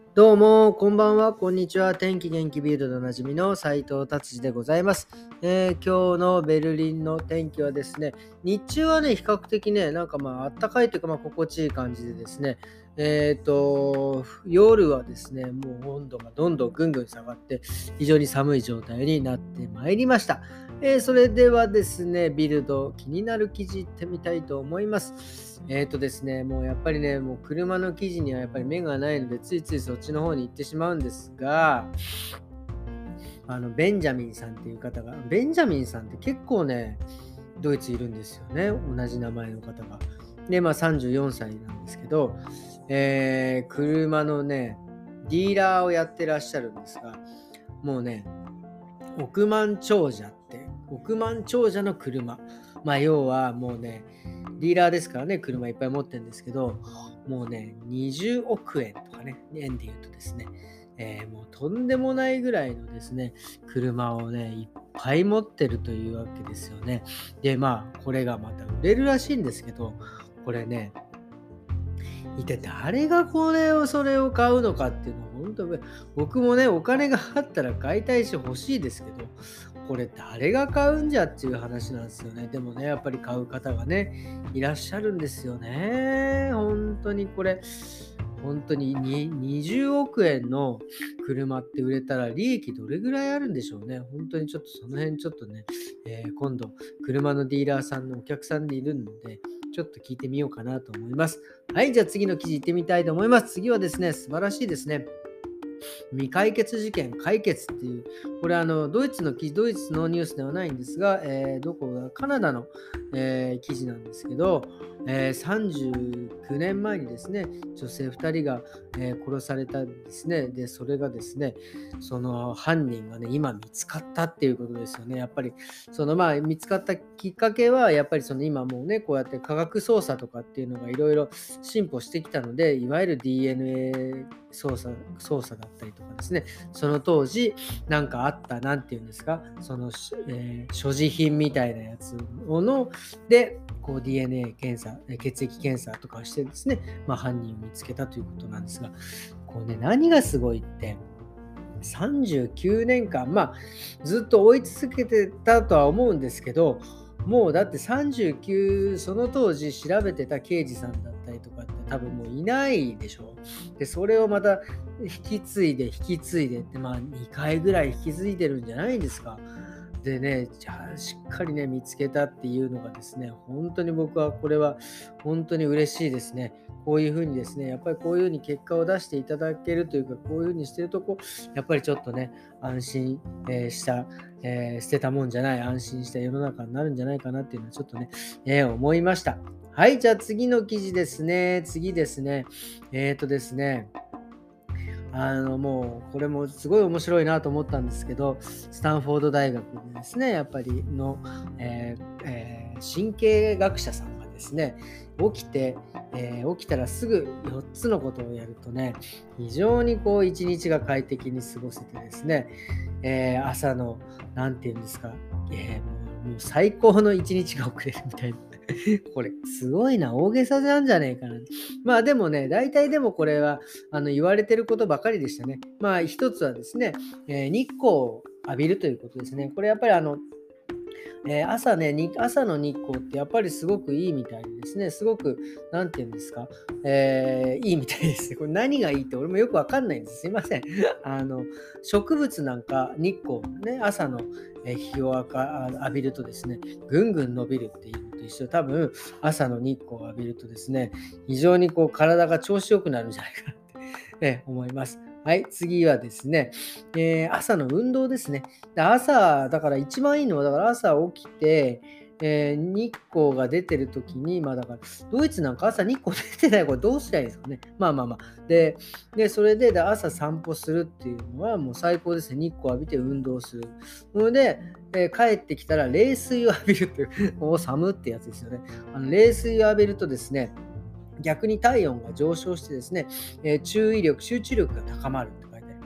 どうも、こんばんは、こんにちは。天気元気ビルドでおなじみの斉藤達治でございます。今日のベルリンの天気はですね、日中はね、比較的ね、暖かいというか、心地いい感じでですね、夜はですね、もう温度がどんどんぐんぐん下がって、非常に寒い状態になってまいりました。それではですね、ビルド気になる記事いってみたいと思います。ですね、もうやっぱりね、もう車の記事にはやっぱり目がないので、ついついそっちの方に行ってしまうんですが、ベンジャミンさんっていう方が、ベンジャミンさんって結構ね、ドイツいるんですよね、同じ名前の方が。で、34歳なんですけど、車のね、ディーラーをやってらっしゃるんですが、もうね、億万長者って、億万長者の車。要はもうね、ディーラーですからね、車いっぱい持ってるんですけど、もうね、20億円とかね、円で言うとですね、もうとんでもないぐらいのですね、車をね、いっぱい持ってるというわけですよね。で、これがまた売れるらしいんですけど、これね、一体誰がそれを買うのかっていうのは本当に僕もね、お金があったら買いたいし欲しいですけど、これ誰が買うんじゃっていう話なんですよね。でもね、やっぱり買う方がね、いらっしゃるんですよね。本当にこれ、本当に20億円の車って売れたら利益どれぐらいあるんでしょうね。本当にちょっとその辺ちょっとね、今度車のディーラーさんのお客さんでいるので、ちょっと聞いてみようかなと思います。はい、じゃあ次の記事行ってみたいと思います。次はですね、素晴らしいですね。未解決事件解決っていう、これドイツの記事、ドイツのニュースではないんですが、どこだ、カナダの、記事なんですけど、39年前にですね、女性2人が、殺されたんですね。で、それがですね、その犯人がね、今見つかったっていうことですよね。やっぱり、見つかったきっかけは、やっぱりその今もうね、こうやって科学捜査とかっていうのがいろいろ進歩してきたので、いわゆる DNA 操作だったりとかですね、その当時なんかあった、なんていうんですか、その、所持品みたいなやつで、こう DNA 検査、血液検査とかしてですね、犯人を見つけたということなんですが、こうね、何がすごいって、39年間、ずっと追い続けてたとは思うんですけど、もうだって39、その当時調べてた刑事さんだったりとかって多分もういないでしょ。で、それをまた引き継いでって、2回ぐらい引き継いでるんじゃないんですか。でね、じゃあしっかりね、見つけたっていうのがですね、本当に僕はこれは本当に嬉しいですね。こういう風にですね、やっぱりこういう風に結果を出していただけるというか、こういう風にしてるとやっぱりちょっとね、安心、した、捨てたもんじゃない、安心した世の中になるんじゃないかなっていうのはちょっとね、思いました。はい、じゃあ次の記事ですね。次ですね。ですね、もうこれもすごい面白いなと思ったんですけど、スタンフォード大学でですね、やっぱりの、神経学者さんがですね、起きたらすぐ4つのことをやるとね、非常にこう一日が快適に過ごせてですね、朝の、なんていうんですか、もう最高の一日が送れるみたいな。これすごいな、大げさなんじゃねえかな。でもね、大体でもこれは言われてることばかりでしたね。一つはですね、日光を浴びるということですね。これやっぱり朝の日光ってやっぱりすごくいいみたいでですね、すごく、なんて言うんですか、いいみたいですね。これ何がいいって俺もよくわかんないんです。すいません。植物なんか日光ね、朝の日を浴びるとですね、ぐんぐん伸びるっていうのと一緒で、多分朝の日光を浴びるとですね、非常にこう体が調子良くなるんじゃないかなって、思います。はい、次はですね、朝の運動ですね。朝、だから一番いいのは、だから朝起きて、日光が出てる時に、だから、ドイツなんか朝日光出てない、これどうすりゃいいですかね。それで、朝散歩するっていうのはもう最高ですね。日光浴びて運動する。それで、帰ってきたら冷水を浴びるという、もう寒ってやつですよね。冷水を浴びるとですね、逆に体温が上昇してですね、注意力、集中力が高まるって書いてあります。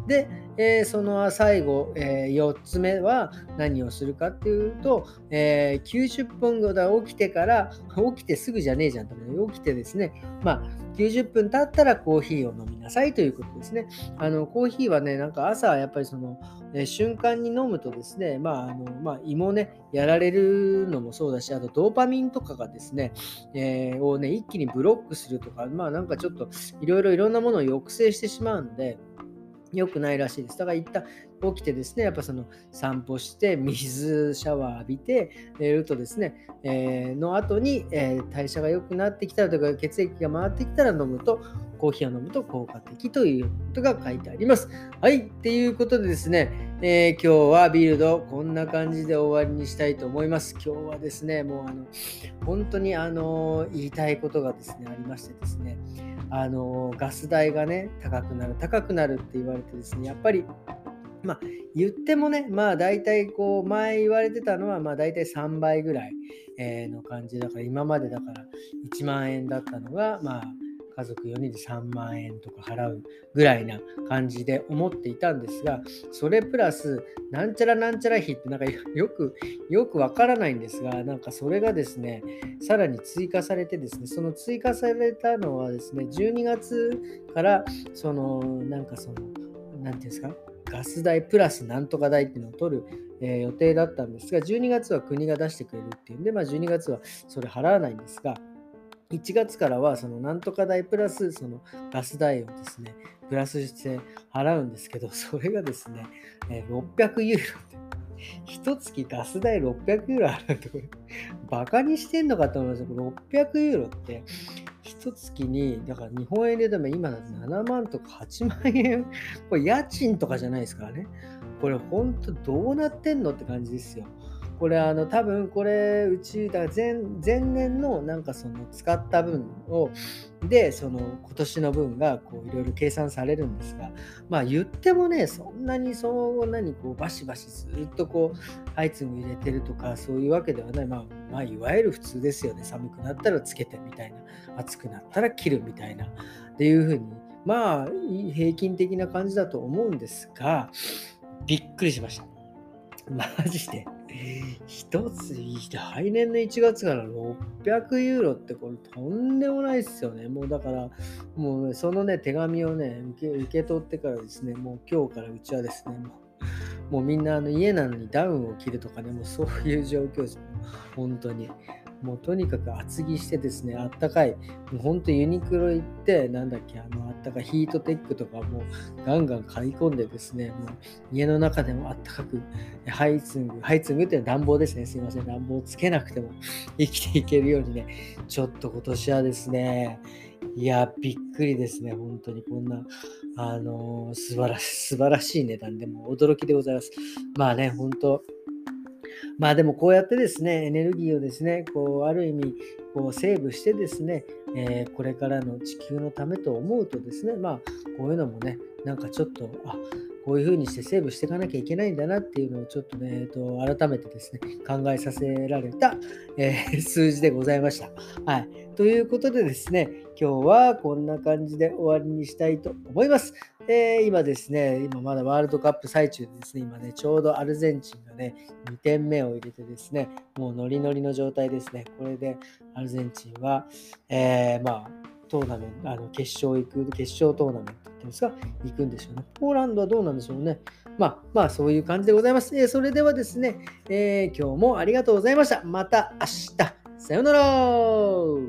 で、その最後、4つ目は何をするかっていうと、90分後だ、起きてから、起きてすぐじゃねえじゃんと、起きてですね、90分経ったらコーヒーを飲みなさいということですね。コーヒーはね、なんか朝やっぱり瞬間に飲むとですね、胃もね、やられるのもそうだし、あとドーパミンとかがですね、をね、一気にブロックするとか、なんかちょっといろんなものを抑制してしまうんで、良くないらしいです。だから一旦起きてですね、やっぱ散歩して、水シャワー浴びて、寝るとですね、の後に、代謝が良くなってきたらとか、血液が回ってきたらコーヒーを飲むと効果的ということが書いてあります。はい、っていうことでですね、今日はビルドこんな感じで終わりにしたいと思います。今日はですね、もう本当に言いたいことがですね、ありましてですね、ガス代がね、高くなるって言われてですね、やっぱり、言ってもね、大体前言われてたのは、大体3倍ぐらい、の感じだから、今までだから1万円だったのが、家族4人で3万円とか払うぐらいな感じで思っていたんですが、それプラス、なんちゃらなんちゃら費ってなんかよくわからないんですが、なんかそれがですね、さらに追加されてですね、その追加されたのはですね、12月から、なんていうんですか、ガス代プラスなんとか代っていうのを取る、予定だったんですが、12月は国が出してくれるっていうんで、12月はそれ払わないんですが、1月からはそのなんとか代プラスそのガス代をですね、プラスして払うんですけど、それがですね、600ユーロって、一月ガス代600ユーロあるとこれ、バカにしてんのかと思いますよ。600ユーロって、一月に、だから日本円ででも今だと7万とか8万円、これ家賃とかじゃないですからね。これ本当どうなってんのって感じですよ。これ多分これうちだから前年のなんか使った分で今年の分がいろいろ計算されるんですが、言ってもね、そんなにバシバシずっとハイツング入れてるとかそういうわけではない。いわゆる普通ですよね。寒くなったらつけてみたいな、暑くなったら切るみたいなっていう風に平均的な感じだと思うんですが、びっくりしました。マジで。一つ、来年の1月から600ユーロってこれとんでもないっすよね。もうだから、もうそのね、手紙をね、受け取ってからですね、もう今日からうちはですね、もうみんな家なのにダウンを着るとかね、もうそういう状況です。本当に。もうとにかく厚着してですね、あったかい、もう本当ユニクロ行って、あったかいヒートテックとかもうガンガン買い込んでですね、もう家の中でもあったかく、ハイツングって暖房ですね、すいません、暖房つけなくても生きていけるようにね、ちょっと今年はですね、いや、びっくりですね、本当にこんな、素晴らしい値段でもう驚きでございます。本当でもこうやってですね、エネルギーをですね、ある意味、セーブしてですね、これからの地球のためと思うとですね、こういうのもね、なんかちょっと、こういう風にしてセーブしていかなきゃいけないんだなっていうのをちょっとね、改めてですね、考えさせられた、数字でございました。はい。ということでですね、今日はこんな感じで終わりにしたいと思います。今ですね、今まだワールドカップ最中でですね、今ね、ちょうどアルゼンチンがね、2点目を入れてですね、もうノリノリの状態ですね。これでアルゼンチンは、トーナメント、決勝トーナメントっていうんですか、行くんでしょうね。ポーランドはどうなんでしょうね。そういう感じでございます。それではですね、今日もありがとうございました。また明日。さようなら。